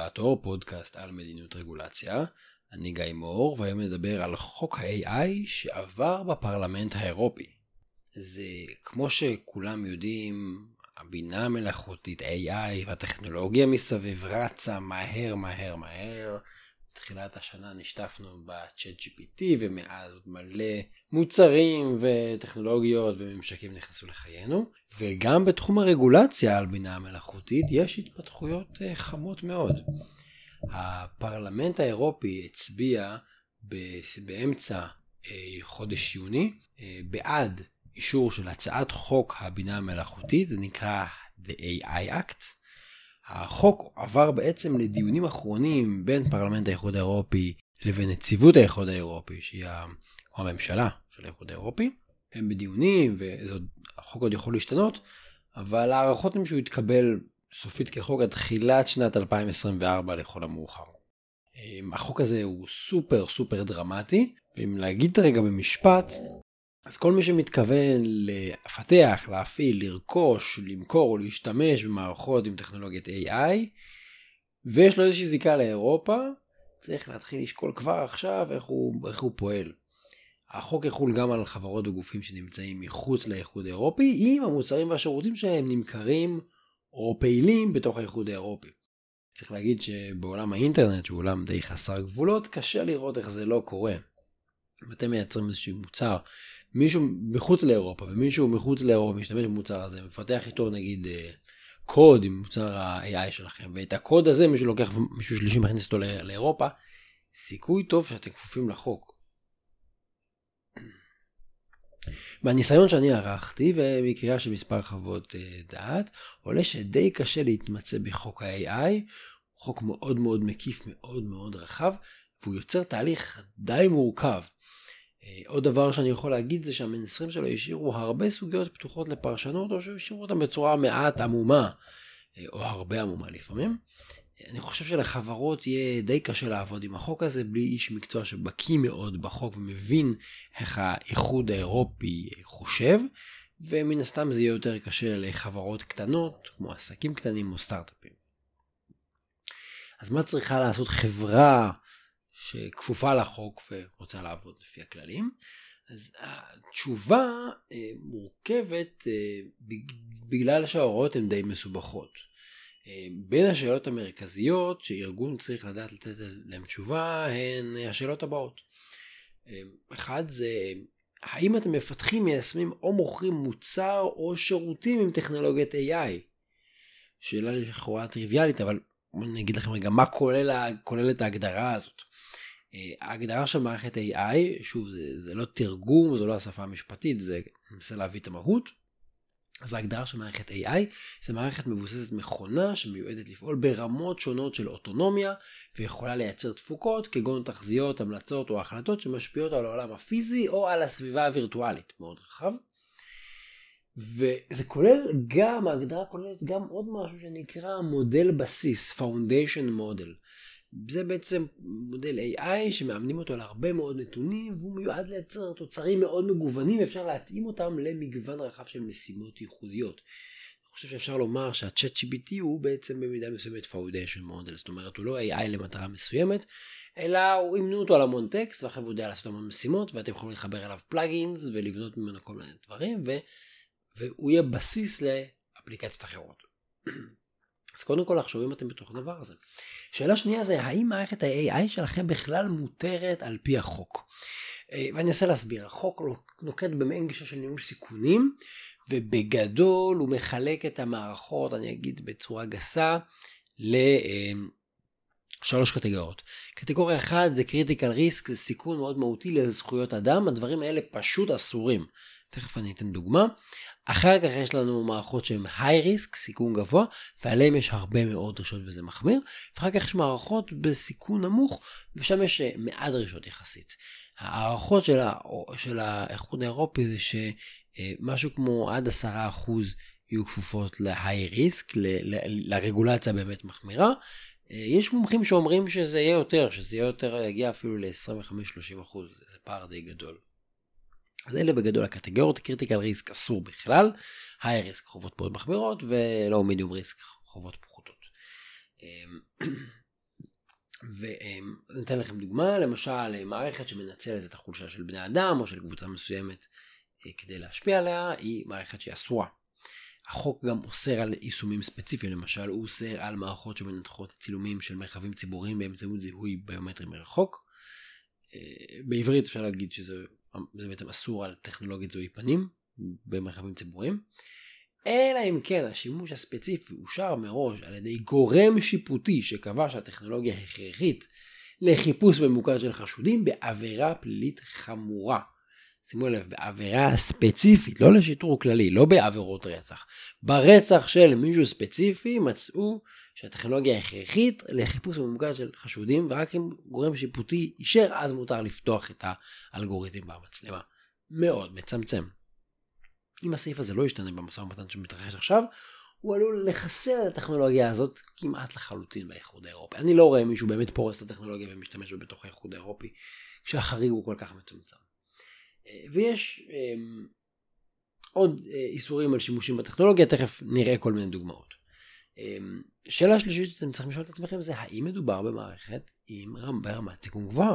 רגולטור, פודקאסט על מדיניות רגולציה. אני גיא מור, והיום נדבר על חוק ה-AI שעבר בפרלמנט האירופי. זה כמו שכולם יודעים, הבינה המלאכותית AI והטכנולוגיה מסביב רצה מהר. בתחילת השנה נשתפנו ב-ChatGPT ומאז עוד מלא מוצרים וטכנולוגיות וממשקים נכנסו לחיינו. וגם בתחום הרגולציה על בינה המלאכותית יש התפתחויות חמות מאוד. הפרלמנט האירופי הצביע באמצע חודש יוני בעד אישור של הצעת חוק הבינה המלאכותית, זה נקרא The AI Act. החוק עבר בעצם לדיונים אחרונים בין פרלמנט האיחוד האירופי לבין נציבות האיחוד האירופי, שהיא הממשלה של האיחוד האירופי. הם בדיונים והחוק עוד יכול להשתנות, אבל הערכות הן שהוא יתקבל סופית כחוק עד תחילת שנת 2024 לכל המאוחר. החוק הזה הוא סופר דרמטי, ואם להגיד רגע במשפט, אז כל מי שמתכוון לפתח, להפעיל, לרכוש, למכור או להשתמש במערכות עם טכנולוגיית AI, ויש לו איזושהי זיקה לאירופה, צריך להתחיל לשקול כבר עכשיו איך הוא פועל. החוק יחול גם על חברות וגופים שנמצאים מחוץ לאיחוד האירופי, אם המוצרים והשירותים שלהם נמכרים או פעילים בתוך האיחוד האירופי. צריך להגיד שבעולם האינטרנט, שהוא עולם די חסר גבולות, קשה לראות איך זה לא קורה. אם אתם מייצרים איזשהו מוצר, מישהו מחוץ לאירופה, ומישהו מחוץ לאירופה משתמש במוצר הזה, מפתח איתו נגיד קוד עם מוצר ה-AI שלכם, ואת הקוד הזה מישהו שלישי מכניס אותו לאירופה, סיכוי טוב שאתם כפופים לחוק. מהניסיון שאני ערכתי ומקריאה של מספר חוות דעת, עולה שדי קשה להתמצא בחוק ה-AI, חוק מאוד מקיף, מאוד רחב, והוא יוצר תהליך די מורכב. עוד דבר שאני יכול להגיד זה שהמנסחים שלו השאירו הרבה סוגיות פתוחות לפרשנות, או שהשאירו אותם בצורה מעט עמומה, או הרבה עמומה לפעמים. אני חושב שלחברות יהיה די קשה לעבוד עם החוק הזה, בלי איש מקצוע שבקיא מאוד בחוק ומבין איך האיחוד האירופי חושב, ומן הסתם זה יהיה יותר קשה לחברות קטנות, כמו עסקים קטנים או סטארט-אפים. אז מה צריכה לעשות חברה שכפופה לחוק ורוצה לעבוד לפי הכללים? אז התשובה מורכבת בגלל שההוראות הן די מסובכות. בין השאלות המרכזיות שארגון צריך לדעת לתת להם תשובה הן השאלות הבאות. אחד זה, האם אתם מפתחים, מיישמים או מוכרים מוצר או שירותים עם טכנולוגיית AI? שאלה לכאורה טריוויאלית, אבל אני אגיד לכם רגע מה כוללת ההגדרה הזאת. ההגדרה של מערכת AI, שוב, זה לא תרגום, זו לא השפה המשפטית, זה מנסה להביא את המהות. אז ההגדרה של מערכת AI זה מערכת מבוססת מכונה שמיועדת לפעול ברמות שונות של אוטונומיה, ויכולה לייצר תפוקות כגון תחזיות, המלצות או החלטות שמשפיעות על העולם הפיזי או על הסביבה הווירטואלית. מאוד רחב. וזה כולל גם, ההגדרה כוללת גם עוד משהו שנקרא מודל בסיס, Foundation Model. זה בעצם מודל AI שמאמנים אותו על הרבה מאוד נתונים, והוא מיועד לייצר תוצרים מאוד מגוונים, ואפשר להתאים אותם למגוון רחב של משימות ייחודיות. אני חושב שאפשר לומר שה-ChatGPT הוא בעצם במידה מסוימת Foundation Model, זאת אומרת הוא לא AI למטרה מסוימת, אלא הוא אימנו אותו על המון טקסט, ואחרי הוא יודע לעשות המון משימות, ואתם יכולים לחבר אליו פלאגינס ולבנות ממנו כל מיני דברים, והוא יהיה בסיס לאפליקציות אחרות. אז קודם כל לחשוב אם אתם בתוך הדבר הזה. שאלה שנייה זה, האם מערכת ה-AI שלכם בכלל מותרת על פי החוק? ואני אנסה להסביר. החוק נוקט במעין גישה של ניהול סיכונים, ובגדול הוא מחלק את המערכות, אני אגיד בצורה גסה, לשלוש קטגוריות. קטגוריה אחת זה critical risk, זה סיכון מאוד מהותי לזכויות אדם, הדברים האלה פשוט אסורים. תכף אני אתן דוגמה. אחר כך יש לנו מערכות שהן high risk, סיכון גבוה, ועליהם יש הרבה מאוד דרישות וזה מחמיר. ואחר כך יש מערכות בסיכון נמוך, ושם יש מעט דרישות יחסית. הערכות של האיחוד האירופי זה שמשהו כמו עד 10% יהיו כפופות ל-high risk, לרגולציה באמת מחמירה. יש מומחים שאומרים שזה יהיה יותר, יגיע אפילו ל-25-30%, זה פער די גדול. אז אלה בגדול הקטגוריות, קריטיקל ריסק אסור בכלל, היי ריסק חובות מאוד מחמירות, ולא מידיום ריסק חובות פחותות. ונתן לכם דוגמה, למשל מערכת שמנצלת את החולשה של בני אדם או של קבוצה מסוימת כדי להשפיע עליה, היא מערכת שהיא אסורה. החוק גם אוסר על יישומים ספציפיים, למשל הוא אוסר על מערכות שמנתחות צילומים של מרחבים ציבוריים באמצעות זיהוי ביומטרי מרחוק. בעברית אפשר להגיד שזה בעצם אסור על טכנולוגית זיהוי פנים במרחבים ציבוריים. אלא אם כן השימוש הספציפי אושר מראש על ידי גורם שיפוטי שקבע שהטכנולוגיה הכרחית לחיפוש ממוקד של חשודים בעבירה פלילית חמורה. שימו לב, בעבירה ספציפית, לא לשיטור כללי, לא בעבירות רצח. ברצח של מישהו ספציפי מצאו שהטכנולוגיה הכרחית לחיפוש ממוקד של חשודים, ורק אם גורם שיפוטי אישר, אז מותר לפתוח את האלגוריתם במצלמה. מאוד מצמצם. אם הסעיף הזה לא ישתנה במשא ומתן שמתרחש עכשיו, הוא עלול לחסל את הטכנולוגיה הזאת כמעט לחלוטין באיחוד האירופי. אני לא רואה מישהו באמת פורס את הטכנולוגיה ומשתמש בה בתוך האיחוד האירופי, כשהחריג הוא כל כך מצומצם. ויש עוד איסורים על שימושים בטכנולוגיה, תכף נראה כל מיני דוגמאות. שאלה שלישית שאתם צריכים לשאול את עצמכם זה, האם מדובר במערכת ברמת סיכון גבוהה?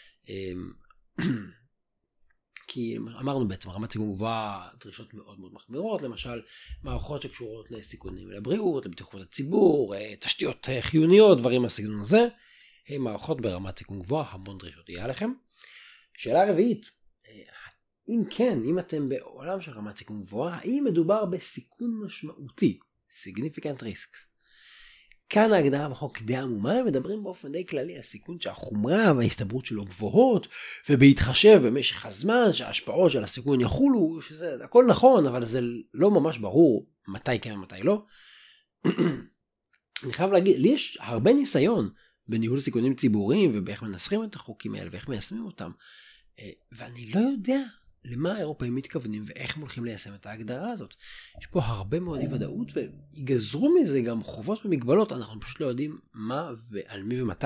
כי אמרנו בעצם, רמת סיכון גבוהה, דרישות מאוד מאוד מחמירות, למשל מערכות שקשורות לסיכונים לבריאות, לבטיחות הציבור, תשתיות חיוניות, דברים מהסגנון הזה, הן מערכות ברמת סיכון גבוהה, המון דרישות יהיה עליכם. שאלה רביעית, אם כן, אם אתם בעולם של רמת סיכון גבוהה, האם מדובר בסיכון משמעותי, significant risks? כאן ההגדרה בחוק די עמומה, הם מדברים באופן די כללי על סיכון שהחומרה וההסתברות שלו גבוהות, ובהתחשב במשך הזמן שההשפעות של הסיכון יחולו, שזה הכל נכון, אבל זה לא ממש ברור מתי כן ומתי לא. אני חייב להגיד, לי יש הרבה ניסיון בניהול סיכונים ציבוריים, ובאיך מנסחים את החוקים האלה, ואיך מיישמים אותם, ואני לא יודע למה האירופאים מתכוונים ואיך הם הולכים ליישם את ההגדרה הזאת. יש פה הרבה מאוד אי ודאות ויגזרו מזה גם חובות ומגבלות, אנחנו פשוט לא יודעים מה ועל מי ומתי.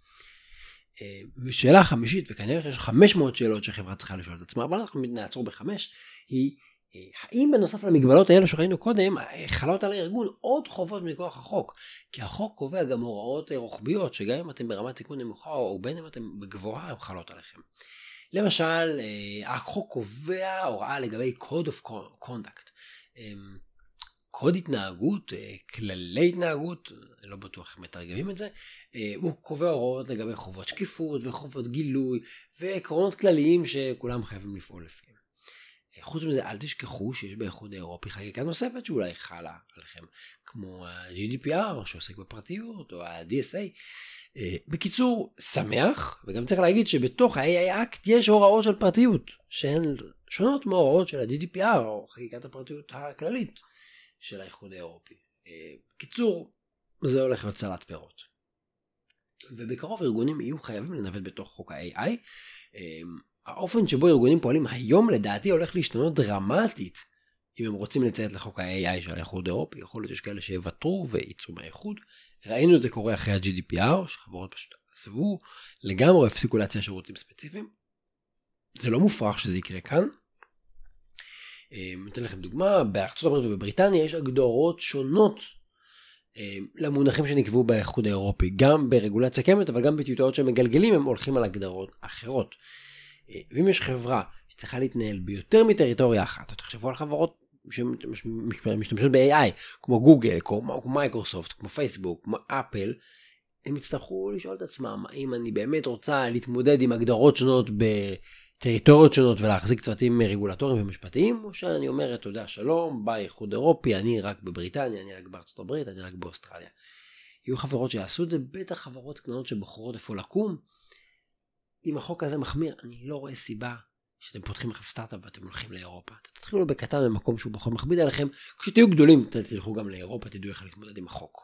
ושאלה חמישית, וכנראה שיש 500 שאלות שחברה צריכה לשאול את עצמה, אבל אנחנו נעצור ב5, היא האם בנוסף למגבלות האלה שראינו קודם, חלות על הארגון עוד חובות מכוח החוק? כי החוק קובע גם הוראות רוחביות, שגם אם אתם ברמת סיכון נמוכה או בין אם אתם בגבוהה, הן חלות עליכם. למשל, החוק קובע הוראה לגבי Code of Conduct. קוד התנהגות, כללי התנהגות, לא בטוח איך מתרגמים את זה, הוא קובע הוראות לגבי חובות שקיפות וחובות גילוי ועקרונות כלליים שכולם חייבים לפעול לפיהם. חוץ מזה, אל תשכחו שיש באיחוד האירופי חקיקה נוספת שאולי חלה עליכם, כמו ה-GDPR שעוסק בפרטיות או ה-DSA. בקיצור, שמח, וגם צריך להגיד שבתוך ה-AI Act יש הוראות של פרטיות, שהן שונות מההוראות של ה-GDPR או חקיקת הפרטיות הכללית של האיחוד האירופי. בקיצור, זה הולך להיות סלט פירות. ובקרוב ארגונים יהיו חייבים לנווט בתוך חוק ה-AI. האופן שבו ארגונים פועלים היום לדעתי הולך להשתנות דרמטית, אם הם רוצים לציית לחוק ה-AI של האיחוד האירופי. יכול להיות שיש כאלה שיוותרו וייצאו מהאיחוד. ראינו את זה קורה אחרי ה-GDPR, שחברות פשוט עזבו לגמרי, הפסיקו להציע שירותים ספציפיים. זה לא מופרך שזה יקרה כאן. אתן לכם דוגמה, בארצות הברית ובבריטניה יש הגדרות שונות למונחים שנקבעו באיחוד האירופי, גם ברגולציה קיימת, אבל גם בטיוטות שמגלגלים הם הולכים על הגדרות אחרות. ואם יש חברה שצריכה להתנהל ביותר מטריטוריה אחת, תחשבו על חברות שמשתמשות ב-AI, כמו גוגל, כמו מייקרוסופט, כמו פייסבוק, כמו אפל, הם יצטרכו לשאול את עצמם, האם אני באמת רוצה להתמודד עם הגדרות שונות בטריטוריות שונות ולהחזיק צוותים רגולטוריים ומשפטיים, או שאני אומר, אתה יודע, שלום, באיחוד אירופי, אני רק בבריטניה, אני רק בארצות הברית, אני רק באוסטרליה. יהיו חברות שיעשו את זה, בטח חברות קטנות שבוחרות איפה לקום. אם החוק הזה מחמיר, אני לא רואה סיבה שאתם פותחים לכם סטארט-אפ ואתם הולכים לאירופה. אתם תתחילו בקטן במקום שהוא פחות מכביד עליכם, כשתהיו גדולים תלכו גם לאירופה, תדעו איך להתמודד עם החוק.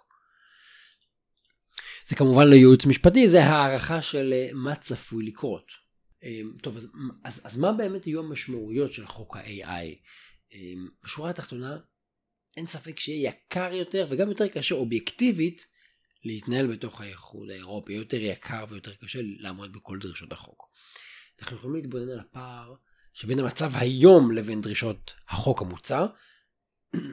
זה כמובן לא ייעוץ משפטי, זה הערכה של מה צפוי לקרות. טוב, אז מה באמת יהיו המשמעויות של חוק ה-AI? בשורה התחתונה, אין ספק שיהיה יקר יותר וגם יותר קשה אובייקטיבית להתנהל בתוך האיחוד האירופי, יותר יקר ויותר קשה לעמוד בכל דרישות החוק. אנחנו יכולים להתבונן על הפער שבין המצב היום לבין דרישות החוק המוצע.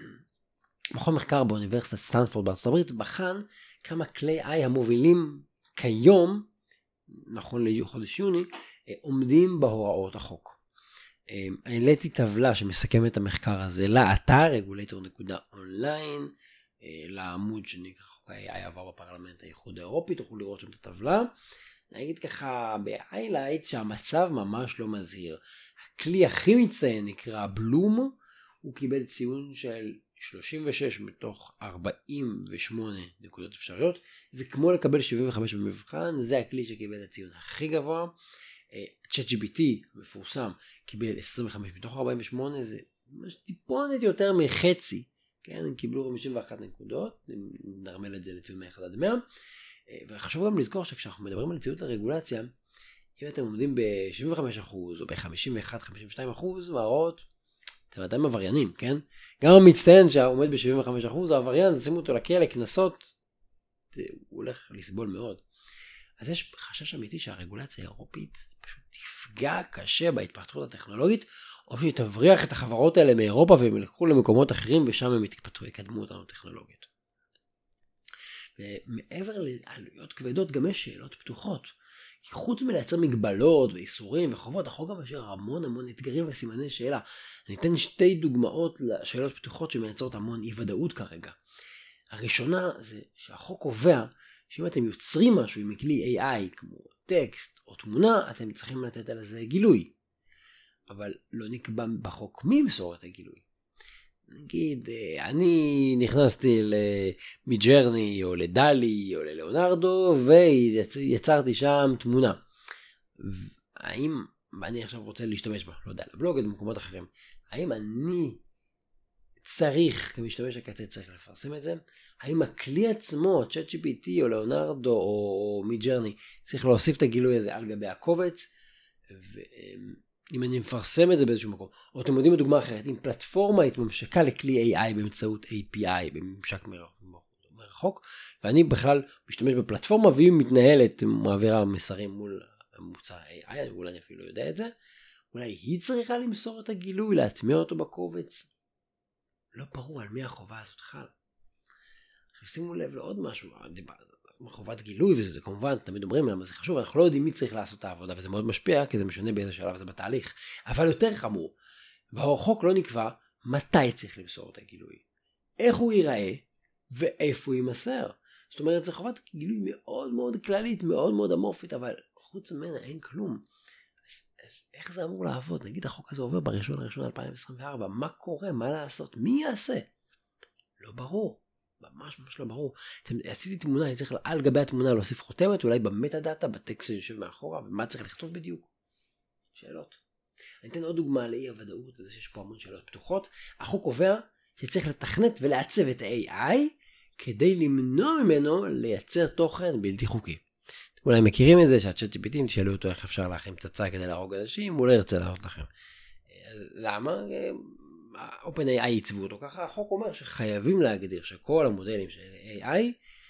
מכון מחקר באוניברסיטת סטנפורד בארצות הברית בחן כמה כלי AI המובילים כיום, נכון לחודש יוני, עומדים בהוראות החוק. העליתי טבלה שמסכמת את המחקר הזה לאתר regulator.online, לעמוד שנקרא חוק ה-AI עבר בפרלמנט האיחוד האירופי, תוכלו לראות שם את הטבלה. נגיד ככה ב-highlight שהמצב ממש לא מזהיר. הכלי הכי מצטיין נקרא בלום, הוא קיבל ציון של 36 מתוך 48 נקודות אפשריות, זה כמו לקבל 75 במבחן, זה הכלי שקיבל את הציון הכי גבוה. ChatGPT המפורסם קיבל 25 מתוך 48, זה ממש טיפונת יותר מחצי, כן? הם קיבלו 51 נקודות, נרמל את זה לציון 1 עד 100, וחשוב גם לזכור שכשאנחנו מדברים על ציון לרגולציה, אם אתם עומדים ב-75% או ב-51-52% מההוראות, אתם עדיין עבריינים, כן? גם המצטיין שעומד ב-75% העבריין, שימו אותו לכלא, לקנסות, הוא הולך לסבול מאוד. אז יש חשש אמיתי שהרגולציה האירופית פשוט תפגע קשה בהתפתחות הטכנולוגית, או שהיא תבריח את החברות האלה מאירופה והם ילכו למקומות אחרים ושם הם יקדמו אותנו טכנולוגיות. ומעבר לעלויות כבדות גם יש שאלות פתוחות. כי חוץ מלייצר מגבלות ואיסורים וחובות, החוק גם משאיר המון אתגרים וסימני שאלה. אני אתן 2 דוגמאות לשאלות פתוחות שמייצרות המון אי ודאות כרגע. הראשונה זה שהחוק קובע שאם אתם יוצרים משהו עם כלי AI כמו טקסט או תמונה, אתם צריכים לתת על זה גילוי. אבל לא נקבע בחוק מי ימסור את הגילוי. נגיד, אני נכנסתי למידג'רני או לדלי או ללאונרדו ויצרתי שם תמונה. האם אני עכשיו רוצה להשתמש בה, לא יודע, לבלוג או במקומות אחרים, האם אני צריך, כמשתמש הקצה צריך לפרסם את זה? האם הכלי עצמו, ChatGPT או לאונרדו או מידג'רני, צריך להוסיף את הגילוי הזה על גבי הקובץ? אם אני מפרסם את זה באיזשהו מקום, או אתם יודעים בדוגמה אחרת, אם פלטפורמה התממשקה לכלי AI באמצעות API, בממשק מרחוק, ואני בכלל משתמש בפלטפורמה, והיא מתנהלת, מעבירה מסרים מול המוצר AI, אולי אני אפילו יודע את זה, אולי היא צריכה למסור את הגילוי, להטמיע אותו בקובץ. לא ברור על מי החובה הזאת חל. שימו לב לעוד משהו, חובת גילוי, וזה כמובן, תמיד אומרים למה זה חשוב, אנחנו לא יודעים מי צריך לעשות את העבודה, וזה מאוד משפיע, כי זה משנה באיזה שלב זה בתהליך. אבל יותר חמור, בחוק לא נקבע מתי צריך למסור את הגילוי, איך הוא ייראה, ואיפה הוא יימסר. זאת אומרת, זו חובת גילוי מאוד מאוד כללית, מאוד מאוד אמורפית, אבל חוץ ממנה אין כלום. אז איך זה אמור לעבוד? נגיד החוק הזה עובר ב1 2024, מה קורה? מה לעשות? מי יעשה? לא ברור. ממש לא ברור. עשיתי תמונה, אני צריך על גבי התמונה להוסיף חותמת, אולי במטה דאטה, בטקסט שיושב מאחורה, ומה צריך לכתוב בדיוק? שאלות. אני אתן עוד דוגמה לאי הוודאות, זה שיש פה המון שאלות פתוחות. החוק קובע שצריך לתכנת ולעצב את ה-AI, כדי למנוע ממנו לייצר תוכן בלתי חוקי. אולי מכירים את זה, שהChatGPT, אם תשאלו אותו איך אפשר להכין פצצה כדי להרוג אנשים, הוא לא ירצה להראות לכם. למה? OpenAI ייצבו אותו ככה. החוק אומר שחייבים להגדיר שכל המודלים של AI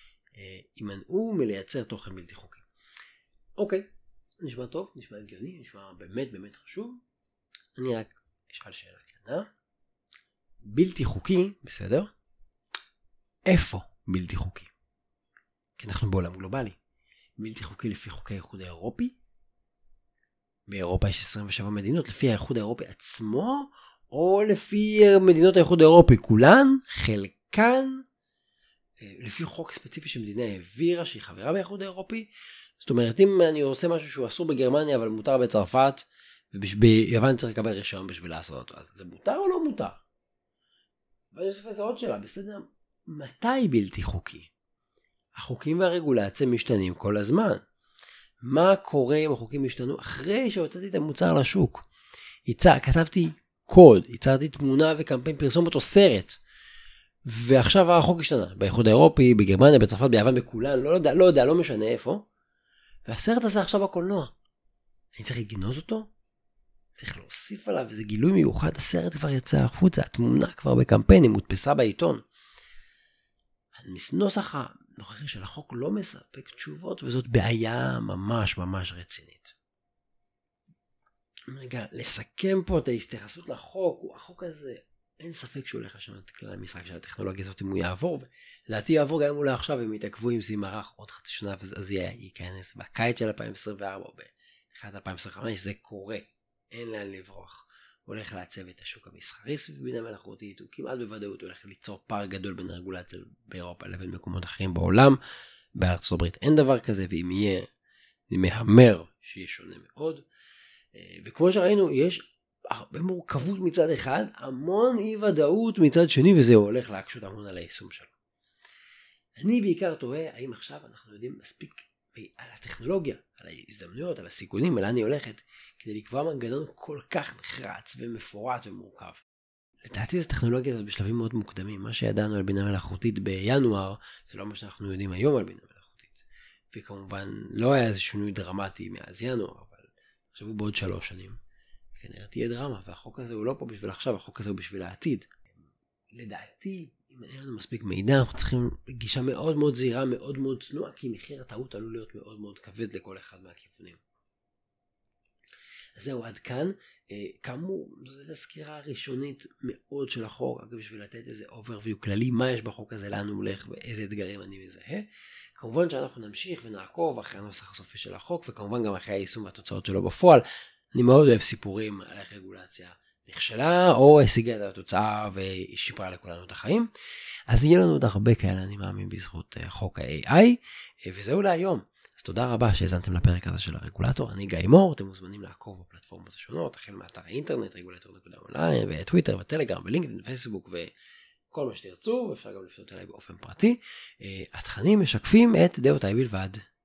יימנעו מלייצר תוכן בלתי חוקי. אוקיי, נשמע טוב, נשמע הגיוני, נשמע באמת חשוב. אני רק אשאל שאלה קטנה. בלתי חוקי, בסדר? איפה בלתי חוקי? כי אנחנו בעולם גלובלי. בלתי חוקי לפי חוקי האיחוד האירופי? באירופה יש 27 מדינות, לפי האיחוד האירופי עצמו, או לפי מדינות האיחוד האירופי כולן, חלקן, לפי חוק ספציפי שמדינה העבירה שהיא חברה באיחוד האירופי. זאת אומרת, אם אני עושה משהו שהוא אסור בגרמניה אבל מותר בצרפת, וביוון צריך לקבל רישיון בשביל לעשות אותו, אז זה מותר או לא מותר? ואני אוסף איזה עוד שאלה, בסדר, מתי בלתי חוקי? החוקים והרגולציה משתנים כל הזמן. מה קורה אם החוקים משתנו אחרי שהוצאתי את המוצר לשוק? כתבתי קוד, יצרתי תמונה וקמפיין פרסומת או סרט, ועכשיו החוק השתנה, באיחוד האירופי, בגרמניה, בצרפת, ביוון, בכולן, לא יודע, לא משנה איפה, והסרט הזה עכשיו בקולנוע. אני צריך לגנוז אותו? צריך להוסיף עליו איזה גילוי מיוחד, הסרט כבר יצא החוצה, התמונה כבר בקמפיין, היא מודפסה בעיתון. נוסח הנוכחי של החוק לא מספק תשובות, וזאת בעיה ממש רצינית. רגע, לסכם פה את ההסתייחסות לחוק, החוק הזה אין ספק שהוא הולך לשנות את כלל המשחק של הטכנולוגיה הזאת אם הוא יעבור, ולדעתי יעבור גם אולי עכשיו, אם יתעכבו עם זה מערך עוד חצי שנה, אז ייכנס בקיץ של 2024 או בתחילת 2025, זה קורה, אין לאן לברוח. הוא הולך לעצב את השוק המסחרי סביב בינה מלאכותית, הוא כמעט בוודאות הולך ליצור פער גדול בין הרגולציה באירופה לבין מקומות אחרים בעולם, בארצות הברית אין דבר כזה, ואם יהיה, אני מהמר שיהיה שונה מאוד, וכמו שראינו יש הרבה מורכבות מצד אחד, המון אי ודאות מצד שני, וזה הולך להקשות המון על היישום שלו. אני בעיקר תוהה, האם עכשיו אנחנו יודעים מספיק על הטכנולוגיה, על ההזדמנויות, על הסיכונים, על לאן היא הולכת, כדי לקבוע מנגנון כל כך נחרץ ומפורט ומורכב. לדעתי זו טכנולוגיה הזאת בשלבים מאוד מוקדמים, מה שידענו על בינה מלאכותית בינואר, זה לא מה שאנחנו יודעים היום על בינה מלאכותית. וכמובן לא היה איזה שינוי דרמטי מאז ינואר, אבל עכשיו הוא בעוד 3 שנים. כנראה תהיה דרמה, והחוק הזה הוא לא פה בשביל עכשיו, החוק הזה הוא בשביל העתיד. לדעתי, אם אין לנו מספיק מידע, אנחנו צריכים גישה מאוד מאוד זהירה, מאוד מאוד צנועה, כי מחיר הטעות עלול להיות מאוד מאוד כבד לכל אחד מהכיוונים. אז זהו, עד כאן. כאמור, זו סקירה ראשונית מאוד של החוק, אגב, בשביל לתת איזה overview כללי, מה יש בחוק הזה, לאן הוא הולך ואיזה אתגרים אני מזהה. כמובן שאנחנו נמשיך ונעקוב אחרי הנוסח הסופי של החוק, וכמובן גם אחרי היישום והתוצאות שלו בפועל. אני מאוד אוהב סיפורים על איך רגולציה נכשלה, או השיגה את התוצאה ושיפרה לכולנו את החיים. אז יהיה לנו עוד הרבה כאלה, אני מאמין, בזכות חוק ה-AI, וזהו להיום. אז תודה רבה שהזנתם לפרק הזה של הרגולטור. אני גיא מור, אתם מוזמנים לעקוב בפלטפורמות השונות, החל מאתר האינטרנט, רגולטור.אונליין, וטוויטר, וטלגרם, ולינקדאין, ופייסבוק, וכל מה שתרצו, ואפשר גם לפנות אליי באופן פרטי. התכנים משקפים את דעותיי בלבד.